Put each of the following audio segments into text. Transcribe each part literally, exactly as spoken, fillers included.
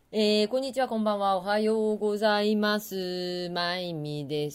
えー、こんにちは、こんばんは、おはようございます。まいみです。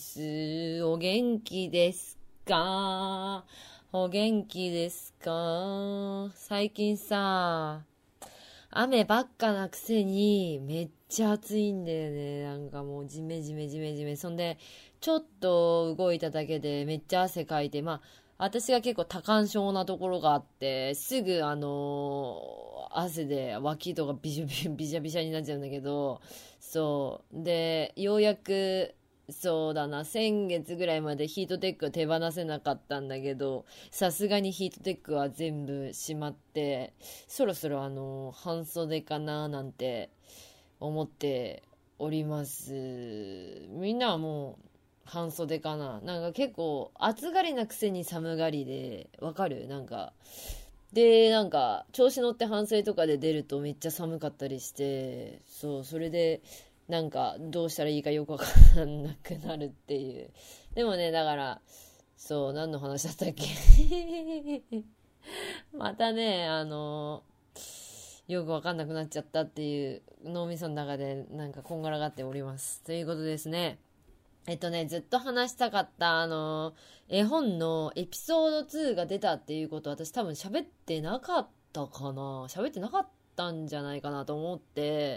お元気ですか？お元気ですか？最近さ、雨ばっかなくせに、めっちゃ暑いんだよね。なんかもう、ジメジメジメジメ。そんで、ちょっと動いただけでめっちゃ汗かいて、まあ、私が結構多感症なところがあって、すぐあのー汗で脇とかビシャビシャビシャになっちゃうんだけど、そう。で、ようやく、そうだな、先月ぐらいまでヒートテックを手放せなかったんだけど、さすがにヒートテックは全部しまって、そろそろあの、半袖かななんて思っております。みんなはもう半袖かな？なんか結構暑がりなくせに寒がりで、わかる？なんか、で、なんか、調子乗って反省とかで出るとめっちゃ寒かったりして、そう、それで、なんか、どうしたらいいかよくわかんなくなるっていう。でもね、だから、そう、何の話だったっけ？またね、あの、よくわかんなくなっちゃったっていう脳みその中でなんかこんがらがっております。ということですね。えっとね、ずっと話したかった、あの、絵本のエピソードツーが出たっていうこと、私多分喋ってなかったかな？喋ってなかったんじゃないかなと思って、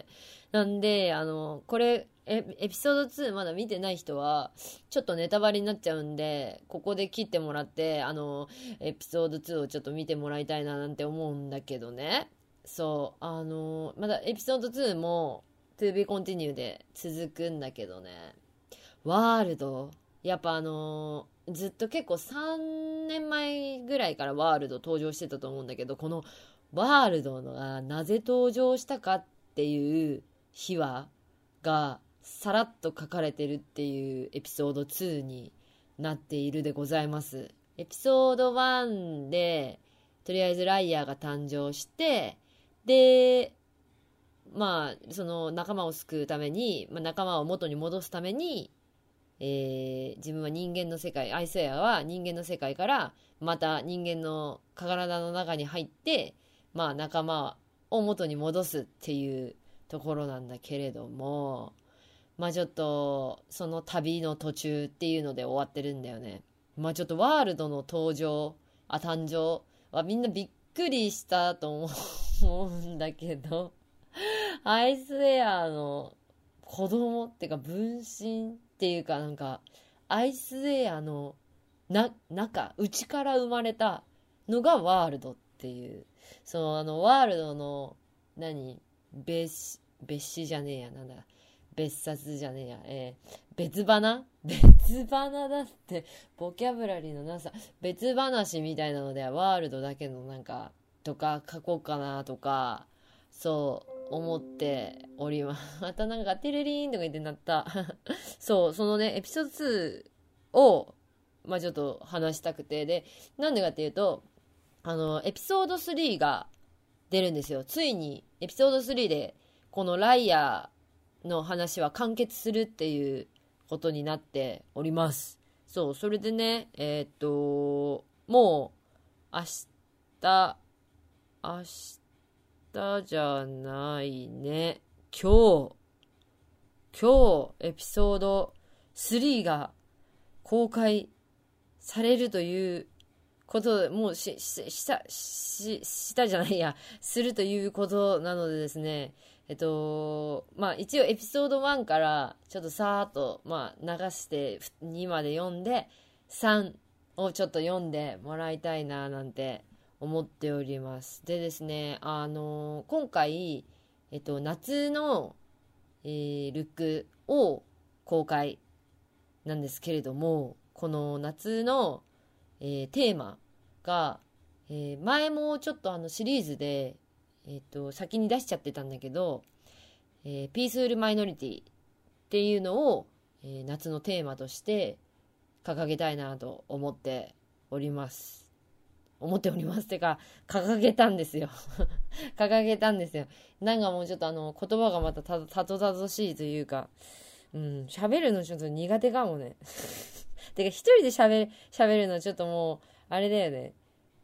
なんで、あの、これ、エエピソードツーまだ見てない人は、ちょっとネタバレになっちゃうんで、ここで切ってもらって、あの、エピソードツーをちょっと見てもらいたいななんて思うんだけどね。そう、あの、まだエピソードツーも、to be continue で続くんだけどね。ワールド。やっぱあのーずっと結構さんねんまえぐらいからワールド登場してたと思うんだけど、このワールドがなぜ登場したかっていう秘話がさらっと書かれてるっていうエピソードツーになっているでございます。エピソードワンで、とりあえずライアーが誕生して、で、まあ、その仲間を救うために、まあ、仲間を元に戻すために、えー自分は人間の世界、アイスエアは人間の世界からまた人間の体の中に入って、まあ仲間を元に戻すっていうところなんだけれども、まあちょっとその旅の途中っていうので終わってるんだよね。まあちょっとワールドの登場、あ、誕生はみんなびっくりしたと思うんだけど、アイスエアの子供っていうか分身っていうかなんかアイスエアのな中内から生まれたのがワールドっていう、そのあのワールドの何別別紙じゃねえや、なんだ、別冊じゃねえや、えー、別花別花だって、ボキャブラリーのなさ、別話みたいなのではワールドだけのなんかとか書こうかなとか、そう思っております。またなんかテレリーンとか言ってなったそう、そのねエピソードツーをまあちょっと話したくて、でなんでかっていうと、あのエピソードスリーが出るんですよ。ついにエピソードスリーでこのライアーの話は完結するっていうことになっております。そう、それでね、えーっともう明日明日じゃないね、今日今日エピソードスリーが公開されるということで、もうし、し、した、し、したじゃないや、するということなのでですね、えっと、まあ一応エピソードワンからちょっとさーっと、まあ流してにまで読んで、さんをちょっと読んでもらいたいななんて思っております。でですね、あの今回、えっと、夏の、えールックを公開なんですけれども、この夏の、えーテーマが、えー前もちょっとあのシリーズで、えっと、先に出しちゃってたんだけど、えーピースフルマイノリティっていうのを、えー夏のテーマとして掲げたいなと思っております。思っております。てか、掲げたんですよ。掲げたんですよ。なんかもうちょっとあの、言葉がまたた、たどたどしいというか、うん、喋るのちょっと苦手かもね。てか、一人で喋、喋るのちょっともう、あれだよね。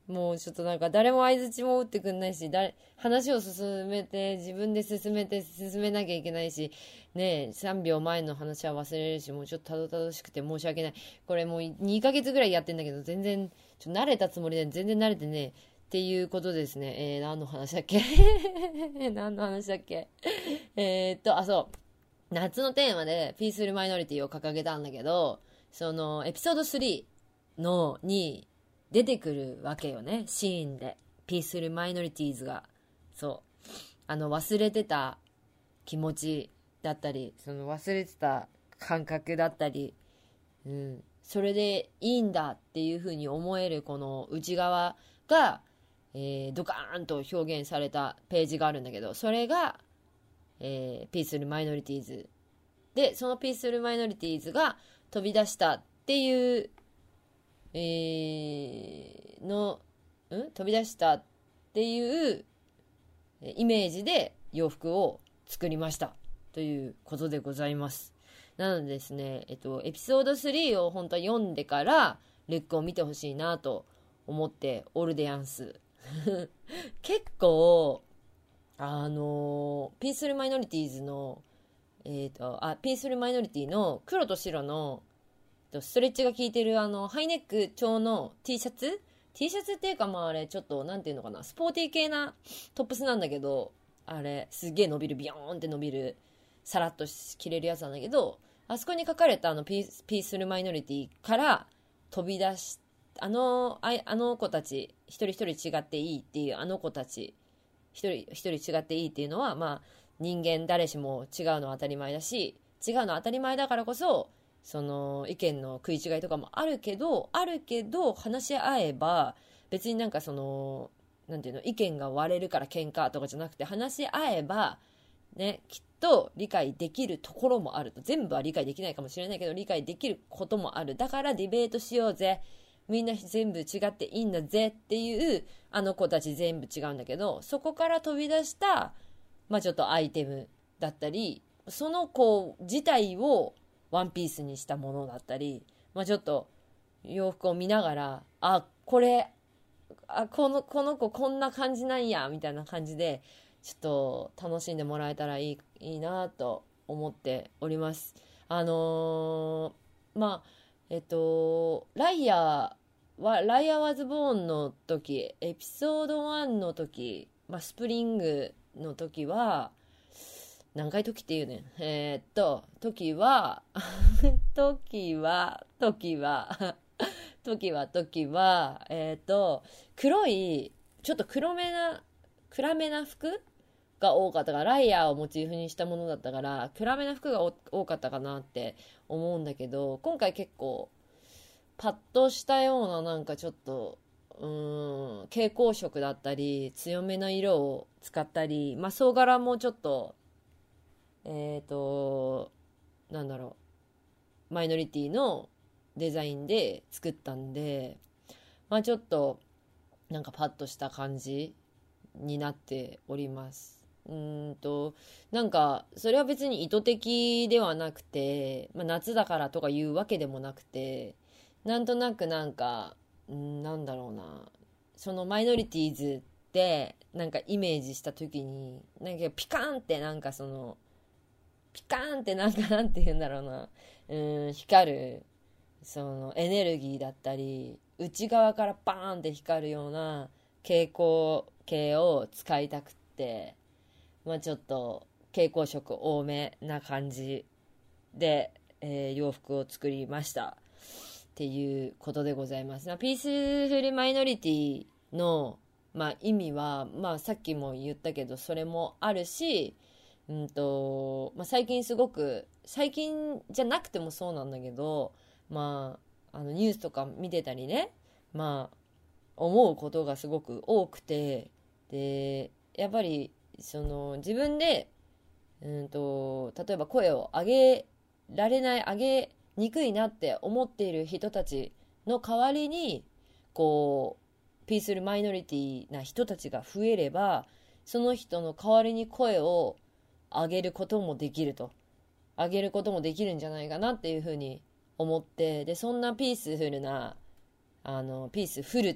もうちょっとなんか誰も相槌も打ってくんないし、誰話を進めて自分で進めて進めなきゃいけないしねえ、さんびょうまえの話は忘れるし、もうちょっとたどたどしくて申し訳ない。これもうにかげつぐらいやってんだけど、全然ちょ慣れたつもりで全然慣れてねっていうことですね。えー、何の話だっけ何の話だっけえーっとあそう夏のテーマでピースフルマイノリティを掲げたんだけど、そのエピソードスリーのに出てくるわけよね、シーンで。ピースフルマイノリティーズがそうあの忘れてた気持ちだったり、その忘れてた感覚だったり、うん、それでいいんだっていう風に思えるこの内側が、えー、ドカーンと表現されたページがあるんだけど、それが、えー、ピースフルマイノリティーズで、そのピースフルマイノリティーズが飛び出したっていう、えー、の、ん飛び出したっていうイメージで洋服を作りましたということでございます。なのでですね、えっと、エピソードスリーを本当は読んでからルックを見てほしいなと思っておるでやんす。結構あのピースフルマイノリティーズのえっとあピースフルマイノリティの黒と白のストレッチが効いてるあのハイネック調の T シャツ T シャツっていうか、まああれちょっとなんていうのかな、スポーティー系なトップスなんだけど、あれすげえ伸びる、ビヨーンって伸びるさらっと着れるやつなんだけど、あそこに書かれたあのピース、ピースフルマイノリティから飛び出しあのああの子たち一人一人違っていいっていう、あの子たち一人一人違っていいっていうのは、まあ人間誰しも違うのは当たり前だし、違うのは当たり前だからこそその意見の食い違いとかもあるけどあるけど話し合えば別になんかそのなんていうの、意見が割れるから喧嘩とかじゃなくて、話し合えばね、きっと理解できるところもあると。全部は理解できないかもしれないけど理解できることもある。だからディベートしようぜ、みんな全部違っていいんだぜっていう、あの子たち全部違うんだけど、そこから飛び出したまあちょっとアイテムだったり、その子自体をワンピースにしたものだったり、まあちょっと洋服を見ながら、あこれあこのこの子こんな感じなんやみたいな感じでちょっと楽しんでもらえたらいいいいなと思っております。あのー、まあえっとライアーはライアーワズボーンの時、エピソードワンの時、まあ、スプリングの時は何回時っていうねん、えー、っと時は時は時は時は時はえー、っと黒いちょっと黒めな暗めな服が多かったから、ライアーをモチーフにしたものだったから暗めな服が多かったかなって思うんだけど、今回結構パッとしたような、なんかちょっとうーん蛍光色だったり強めの色を使ったり、まあ総柄もちょっとえっ、ー、となんだろう、マイノリティのデザインで作ったんで、まあちょっとなんかパッとした感じになっております。うーんとなんかそれは別に意図的ではなくて、まあ、夏だからとかいうわけでもなくて、なんとなくなんかんなんだろうな、そのマイノリティーズってなんかイメージした時になんかピカーンってなんかそのピカーンってなんかなんて言うんだろうな、うーん光るそのエネルギーだったり内側からバーンって光るような蛍光系を使いたくって、まあちょっと蛍光色多めな感じで、えー洋服を作りましたっていうことでございます。ピースフルマイノリティの、まあ、意味は、まあ、さっきも言ったけどそれもあるし、うんとまあ、最近すごく最近じゃなくてもそうなんだけど、まあ、あのニュースとか見てたりね、まあ、思うことがすごく多くて、でやっぱりその自分でうんと例えば声を上げられない、上げにくいなって思っている人たちの代わりにこうピースフルマイノリティな人たちが増えれば、その人の代わりに声を上げることもできると上げることもできるんじゃないかなっていうふうに思って、でそんなピースフルなあの、ピースフルって、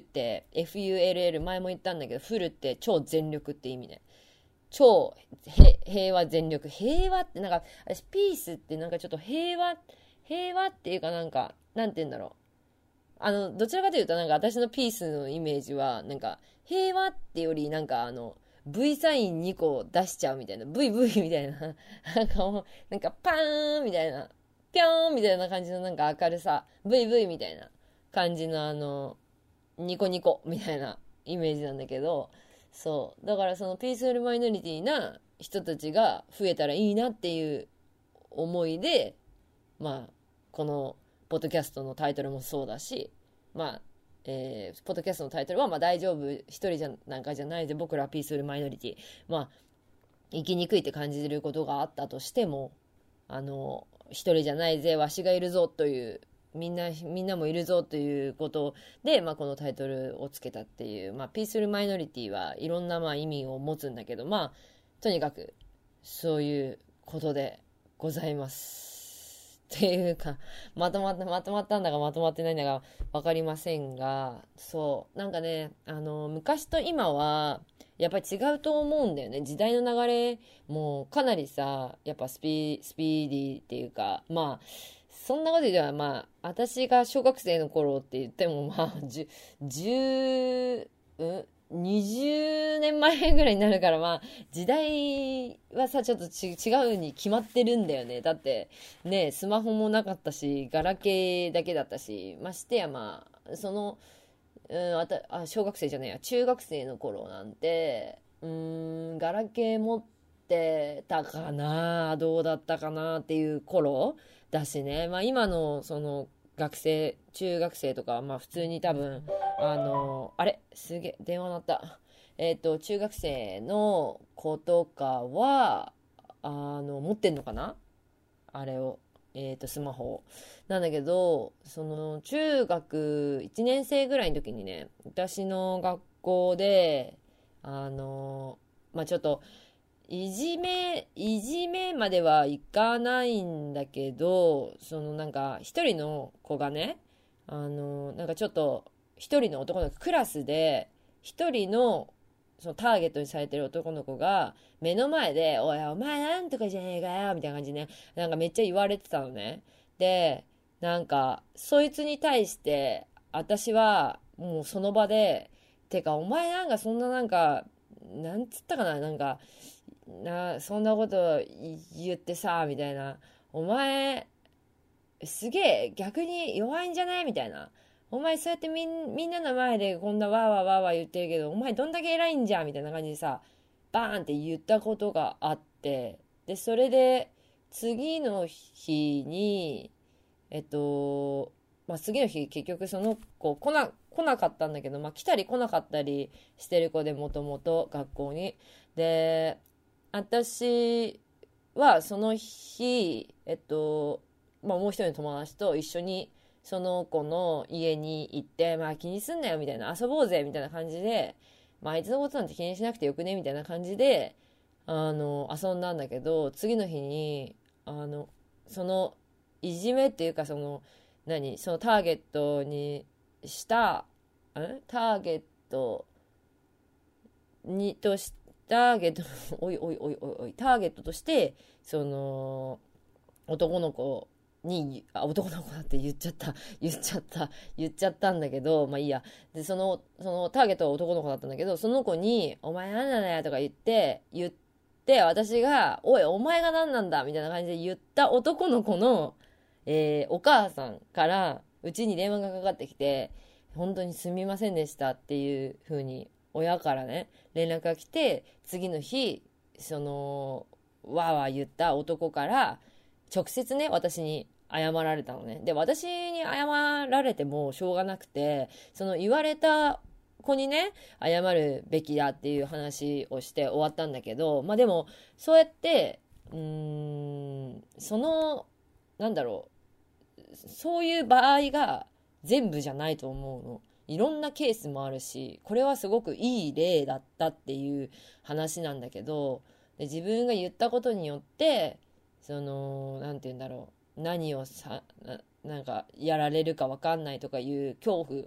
エフユーエルエル、前も言ったんだけど、フルって超全力って意味ね。超平和全力。平和ってなんか、私ピースってなんかちょっと平和、平和っていうかなんか、なんて言うんだろう。あの、どちらかというとなんか私のピースのイメージは、なんか、平和ってよりなんかあの、V サインにこ出しちゃうみたいな、ブイブイ みたいな、なんかもう、なんかパーンみたいな、ピョーンみたいな感じのなんか明るさ、ブイブイ みたいな感じのあの、ニコニコみたいなイメージなんだけど、そう。だからそのピースフルマイノリティな人たちが増えたらいいなっていう思いで、まあ、このポッドキャストのタイトルもそうだし、まあ、えー、ポッドキャストのタイトルは、まあ大丈夫、一人じゃなんかじゃないで、僕らはピースフルマイノリティ。まあ、生きにくいって感じることがあったとしても、あの、一人じゃないぜ、わしがいるぞという、みんな、みんなもいるぞということで、まあこのタイトルをつけたっていう、まあピースフルマイノリティはいろんなまあ意味を持つんだけど、まあ、とにかく、そういうことでございます。っていうか、まとまった、まとまったんだかまとまってないんだかわかりませんが、そう、なんかね、あの、昔と今は、やっぱり違うと思うんだよね。時代の流れもかなりさ、やっぱスピ、スピーディーっていうか、まあ、そんなこと言うと、まあ、私が小学生の頃って言っても、まあ、じゅう、じゅう、うんにじゅうねんまえぐらいになるから、まあ、時代はさ、ちょっとち違うに決まってるんだよね。だって、ね、スマホもなかったし、ガラケーだけだったし、ましてや、まあ、その、うん、あた、あ、小学生じゃないや、中学生の頃なんて、うーん、ガラケー持ってたかな、どうだったかなっていう頃だしね。まあ今の、その、学生、中学生とか、まあ普通に多分、あの、あれすげえ、電話鳴った。えっと、中学生の子とかは、あの、持ってんのかなあれを。えっと、スマホ。なんだけど、その、中学いちねん生ぐらいの時にね、私の学校で、あの、まあ、ちょっと、いじめ、いじめまではいかないんだけど、そのなんか、一人の子がね、あの、なんかちょっと、一人の男の子、クラスで、一人の、そのターゲットにされてる男の子が、目の前で、おい、お前なんとかじゃねえかよ、みたいな感じでね、なんかめっちゃ言われてたのね。で、なんか、そいつに対して、私は、もうその場で、てか、お前なんかそんななんか、なんつったかな、なんか、な、そんなこと言ってさ、みたいな。お前、すげえ、逆に弱いんじゃないみたいな。お前そうやってみん、みんなの前でこんなわーわーわーわー言ってるけど、お前どんだけ偉いんじゃんみたいな感じでさ、バーンって言ったことがあって、で、それで、次の日に、えっと、まあ、次の日結局その子来な、来なかったんだけど、まあ、来たり来なかったりしてる子でもともと学校に。で、私はその日、えっと、まあ、もう一人の友達と一緒にその子の家に行って、まあ気にすんなよみたいな、遊ぼうぜみたいな感じで、まああいつのことなんて気にしなくてよくねみたいな感じで、あの、遊んだんだけど、次の日に、あの、その、いじめっていうかその、何そのターゲットにした、んターゲットに、とし、ターゲット、おいおいおいおいおい、ターゲットとして、その、男の子に、あ、男の子だって言っちゃった、言っちゃった、言っちゃったんだけど、まあいいや。で、その、そのターゲットは男の子だったんだけど、その子に、お前なんだねとか言って、言って、私が、おい、お前が何なんだみたいな感じで言った男の子の、えーお母さんから、うちに電話がかかってきて、本当にすみませんでしたっていう風に、親からね、連絡が来て、次の日、その、わーわー言った男から、直接ね、私に謝られたのね。で、私に謝られてもしょうがなくて、その言われた子にね、謝るべきだっていう話をして終わったんだけど、まあでも、そうやって、うーん、その、なんだろう、そういう場合が全部じゃないと思うの。いろんなケースもあるし、これはすごくいい例だったっていう話なんだけど、で自分が言ったことによって、その、なんて言うんだろう。何をさ、な、なんか、やられるかわかんないとかいう恐怖。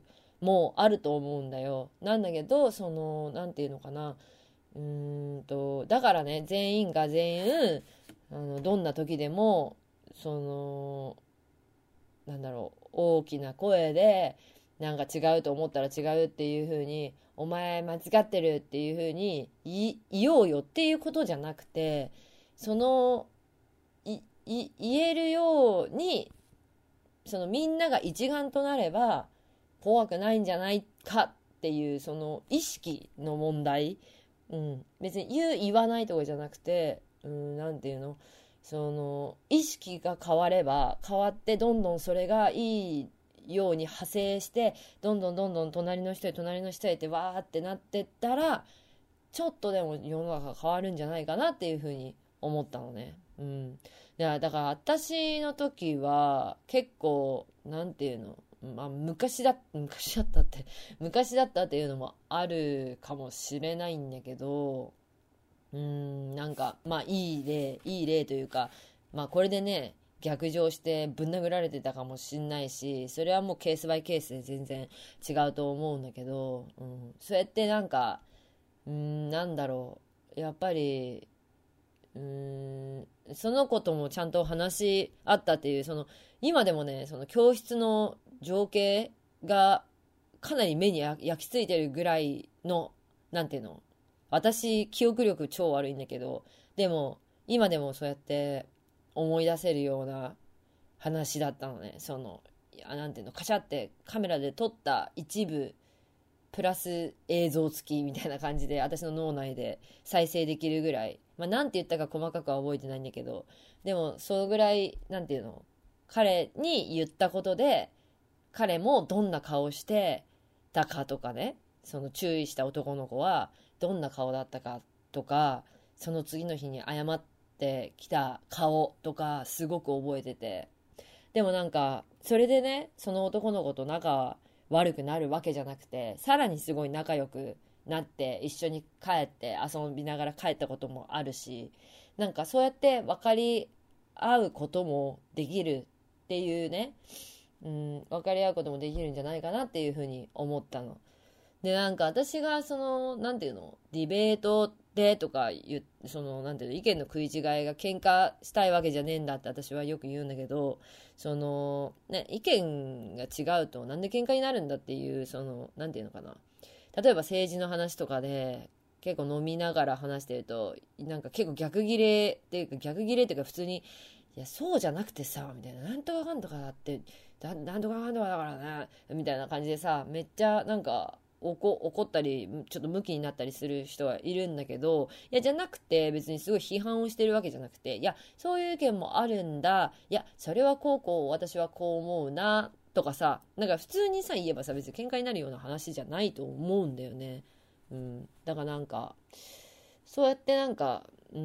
もあると思うんだよ。なんだけど、その、なんていうのかな。うーんと、だからね、全員が全員、あの、どんな時でも、その、なんだろう、大きな声で、なんか違うと思ったら違うっていう風に、お前間違ってるっていう風に言言おうよっていうことじゃなくて、その、い、い、言えるように、そのみんなが一丸となれば怖くないんじゃないかっていうその意識の問題、うん、別に言う言わないとかじゃなくて、うん、なんていうの、その意識が変われば変わってどんどんそれがいいように派生してどんどんどんどん隣の人へ隣の人へってわーってなってったらちょっとでも世の中が変わるんじゃないかなっていうふうに思ったのね。うん。だからだから私の時は結構なんていうの、まあ昔だ昔だったって昔だったっていうのもあるかもしれないんだけど、うーんなんかまあいい例いい例というか、まあこれでね逆上してぶん殴られてたかもしんないし、それはもうケースバイケースで全然違うと思うんだけど、うん、そうやってなんかうーんなんだろう、やっぱりうーんその子ともちゃんと話し合ったっていう、その今でもねその教室の情景がかなり目に焼き付いてるぐらいの、なんていうの、私記憶力超悪いんだけど、でも今でもそうやって思い出せるような話だったのね。そのいやなんていうの、カシャってカメラで撮った一部プラス映像付きみたいな感じで私の脳内で再生できるぐらい、まあ、なんて言ったか細かくは覚えてないんだけど、でもそのぐらいなんていうの、彼に言ったことで彼もどんな顔してたかとかね、その注意した男の子はどんな顔だったかとか、その次の日に謝ってきた顔とかすごく覚えてて、でもなんかそれでねその男の子と仲悪くなるわけじゃなくて、さらにすごい仲良くなって一緒に帰って遊びながら帰ったこともあるし、なんかそうやって分かり合うこともできるっていうね、うん、分かり合うこともできるんじゃないかなっていうふうに思ったの。で、なんか私がその、なんていうの、ディベートでとか言う、その、なんていうの、意見の食い違いが喧嘩したいわけじゃねえんだって私はよく言うんだけど、その、ね、意見が違うとなんで喧嘩になるんだっていう、その、なんていうのかな。例えば政治の話とかで、結構飲みながら話してると、なんか結構逆ギレっていうか、逆ギレっていうか普通に、いや、そうじゃなくてさ、みたいな、なんとかかんとかだって、だなんとかかんとかだからね、みたいな感じでさ、めっちゃなんか、怒怒ったりちょっとムキになったりする人はいるんだけど、いやじゃなくて別にすごい批判をしてるわけじゃなくて、いやそういう意見もあるんだ、いやそれはこうこう私はこう思うなとかさ、なんか普通にさ言えばさ別に喧嘩になるような話じゃないと思うんだよね。うん、だからなんかそうやってなんかうん、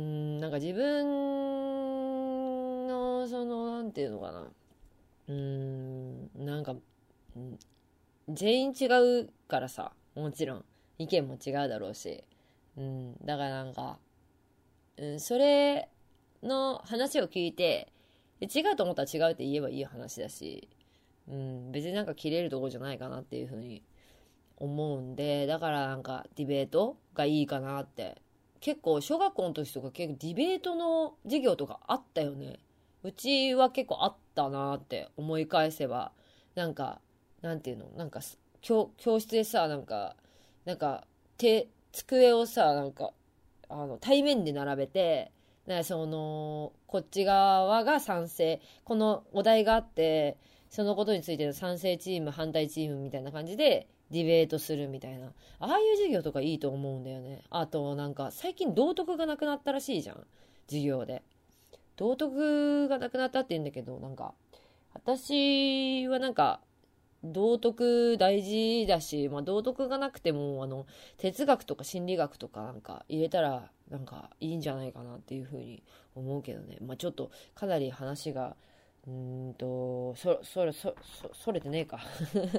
なんか自分のそのなんていうのかな、うーんなんか、うん、全員違うからさ、もちろん意見も違うだろうし、うん、だからなんか、うん、それの話を聞いて違うと思ったら違うって言えばいい話だし、うん、別になんか切れるとこじゃないかなっていうふうに思うんで、だからなんかディベートがいいかなって。結構小学校の時とか結構ディベートの授業とかあったよね。うちは結構あったなって思い返せば、なんかなんていうの、なんか教教室でさ、なんかなんか手机をさ、なんかあの対面で並べて、なんかそのこっち側が賛成、このお題があってそのことについての賛成チーム反対チームみたいな感じでディベートするみたいな、ああいう授業とかいいと思うんだよね。あとなんか最近道徳がなくなったらしいじゃん、授業で。道徳がなくなったって言うんだけど、なんか私はなんか道徳大事だし、まあ、道徳がなくてもあの哲学とか心理学とかなんか入れたらなんかいいんじゃないかなっていうふうに思うけどね。まあ、ちょっとかなり話がうーんとそそれそそそれてねえか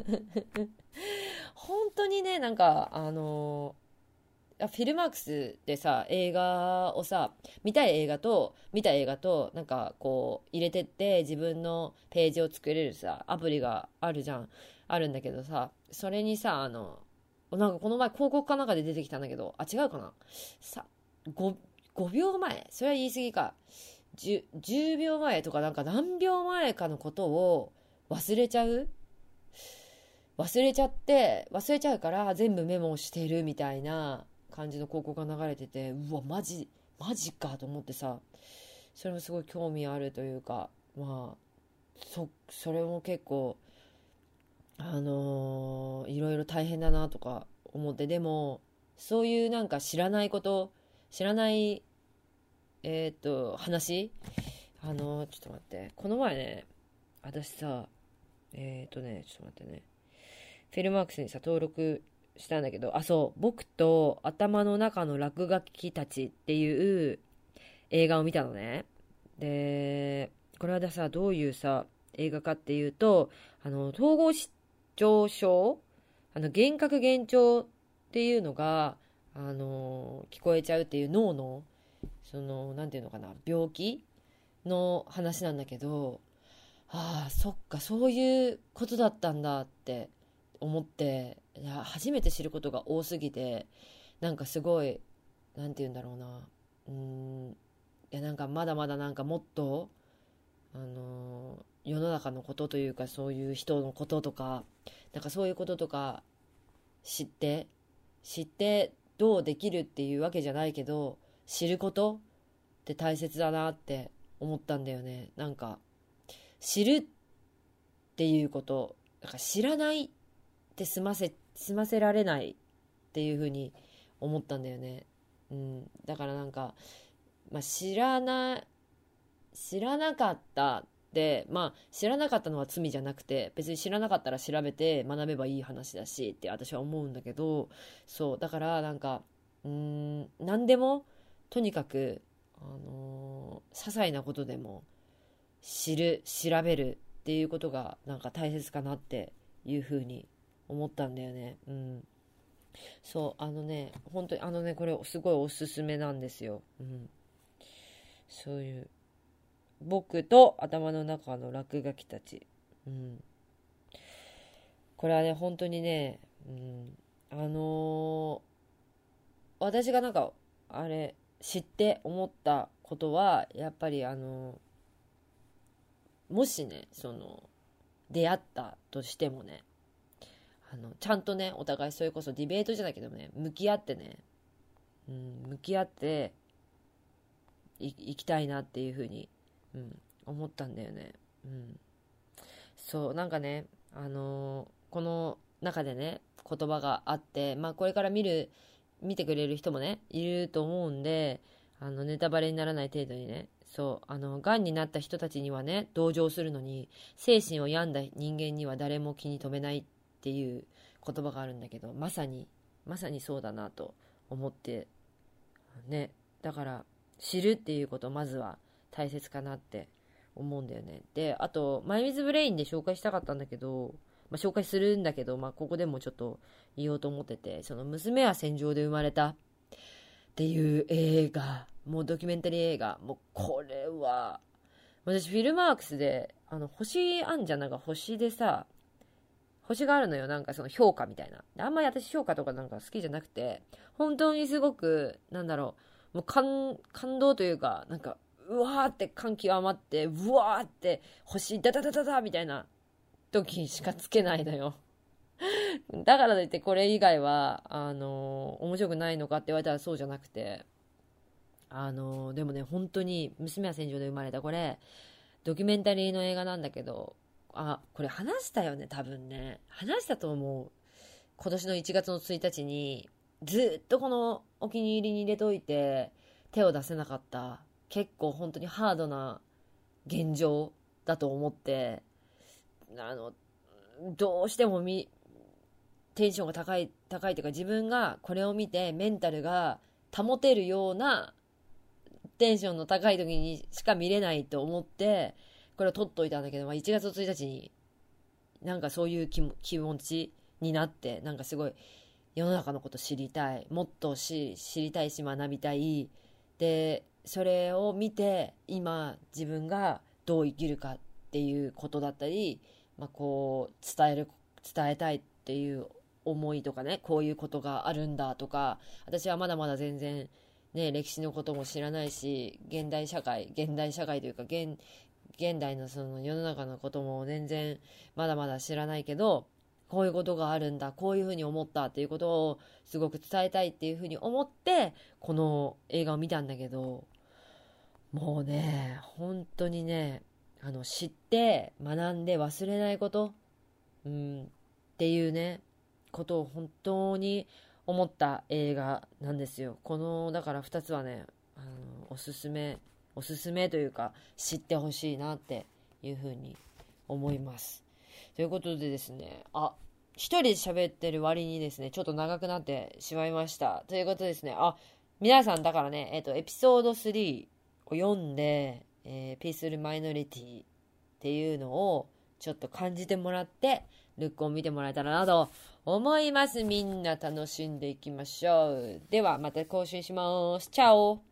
本当にね、なんかあのフィルマークスでさ映画をさ、見たい映画と見た映画となんかこう入れてって自分のページを作れるさアプリがあるじゃん。 あるんだけどさ、それにさ、あの、なんかこの前広告かなんかで出てきたんだけど、あ、違うかなさ、ご、ごびょうまえ、それは言い過ぎか。じゅう、じゅうびょうまえとかなんか何秒前かのことを忘れちゃう忘れちゃって、忘れちゃうから全部メモしてるみたいな感じの広告が流れてて、うわ、マジ、マジかと思ってさ、それもすごい興味あるというか、まあ、そ、それも結構、あのーいろいろ大変だなとか思って、でも、そういうなんか知らないこと、知らない、えーっと、話、あのーちょっと待って、この前ね、私さ、えーっとね、ちょっと待ってね、フィルマークスにさ、登録したんだけど、あ、そう、僕と頭の中の落書きたちっていう映画を見たのね。で、これはさ、どういうさ、映画かっていうと、あの、統合失調症あの、幻覚幻聴っていうのが、あの、聞こえちゃうっていう脳の、その、なんていうのかな、病気の話なんだけど、ああ、そっか、そういうことだったんだって思って、いや、初めて知ることが多すぎて、なんかすごい、なんて言うんだろうな、うーん、いや、なんかまだまだなんかもっと、あのー世の中のことというか、そういう人のこととか、なんかそういうこととか知って、知ってどうできるっていうわけじゃないけど、知ることって大切だなって思ったんだよね。なんか、知るっていうこと、なんか知らないって済ませ、済ませられないっていうふうに思ったんだよね。うん。だからなんか、まあ、知らな、知らなかったって、まあ、知らなかったのは罪じゃなくて、別に知らなかったら調べて学べばいい話だしって私は思うんだけど、そう、だからなんか、うーん、何でも、とにかく、あのー些細なことでも、知る、調べるっていうことがなんか大切かなっていうふうに思ったんだよね。うん。そう、あのね、本当にあのね、これすごいおすすめなんですよ。うん。そういう、僕と頭の中の落書きたち。うん。これはね、本当にね、うん。あのー私がなんか、あれ、知って思ったことは、やっぱりあのーもしね、その、出会ったとしてもね、あの、ちゃんとね、お互いそれこそディベートじゃないけどね、向き合ってね、うん、向き合ってい、いきたいなっていうふうに、うん、思ったんだよね。うん。そう、なんかね、あのーこの中でね、言葉があって、まあこれから見る、見てくれる人もね、いると思うんで、あの、ネタバレにならない程度にね、そう、あの、癌になった人たちにはね、同情するのに、精神を病んだ人間には誰も気に留めないっていう言葉があるんだけど、まさに、まさにそうだなと思って、ね、だから、知るっていうことまずは大切かなって思うんだよね。で、あと、マイミズブレインで紹介したかったんだけど、まあ、紹介するんだけど、まあ、ここでもちょっと言おうと思ってて、その娘は戦場で生まれたっていう映画、もうドキュメンタリー映画、もうこれは、私フィルマークスで、あの、星あんじゃん、なんか星でさ、星があるのよ、なんかその評価みたいな。あんまり私評価とかなんか好きじゃなくて、本当にすごく、なんだろう、もう感、感動というか、なんか、うわーって感極まって、うわーって星ダダダダダみたいな時しかつけないのよ。だからといってこれ以外は、あのー面白くないのかって言われたらそうじゃなくて、あのーでもね、本当に娘は戦場で生まれたこれ、ドキュメンタリーの映画なんだけど、あ、これ話したよね、多分ね。話したと思う。今年のいちがつのついたちに、ずっとこのお気に入りに入れといて、手を出せなかった、結構本当にハードな現状だと思って、あの、どうしてもみ、テンションが高い、高いというか自分がこれを見てメンタルが保てるようなテンションの高い時にしか見れないと思って、これを撮っといたんだけど、まあ、いちがつついたちになんかそういう気も気持ちになって、なんかすごい世の中のこと知りたい。もっとし知りたいし学びたい。で、それを見て今自分がどう生きるかっていうことだったり、まあ、こう伝える、 伝えたいっていう思いとかね、こういうことがあるんだとか、私はまだまだ全然ね、歴史のことも知らないし、現代社会、現代社会というか、現、現代のその世の中のことも全然まだまだ知らないけど、こういうことがあるんだ、こういうふうに思ったっていうことをすごく伝えたいっていうふうに思って、この映画を見たんだけど、もうね、本当にね、あの、知って、学んで忘れないこと、うん、っていうね、ことを本当に思った映画なんですよ。この、だからふたつはね、あの、おすすめ、おすすめというか、知ってほしいなっていうふうに思います。ということでですね、あ、一人で喋ってる割にですね、ちょっと長くなってしまいました。ということですね、あ、皆さんだからね、えっと、エピソードスリーを読んで、えー、ピースルマイノリティっていうのをちょっと感じてもらって、ルックを見てもらえたらなと思います。みんな楽しんでいきましょう。ではまた更新します。チャオ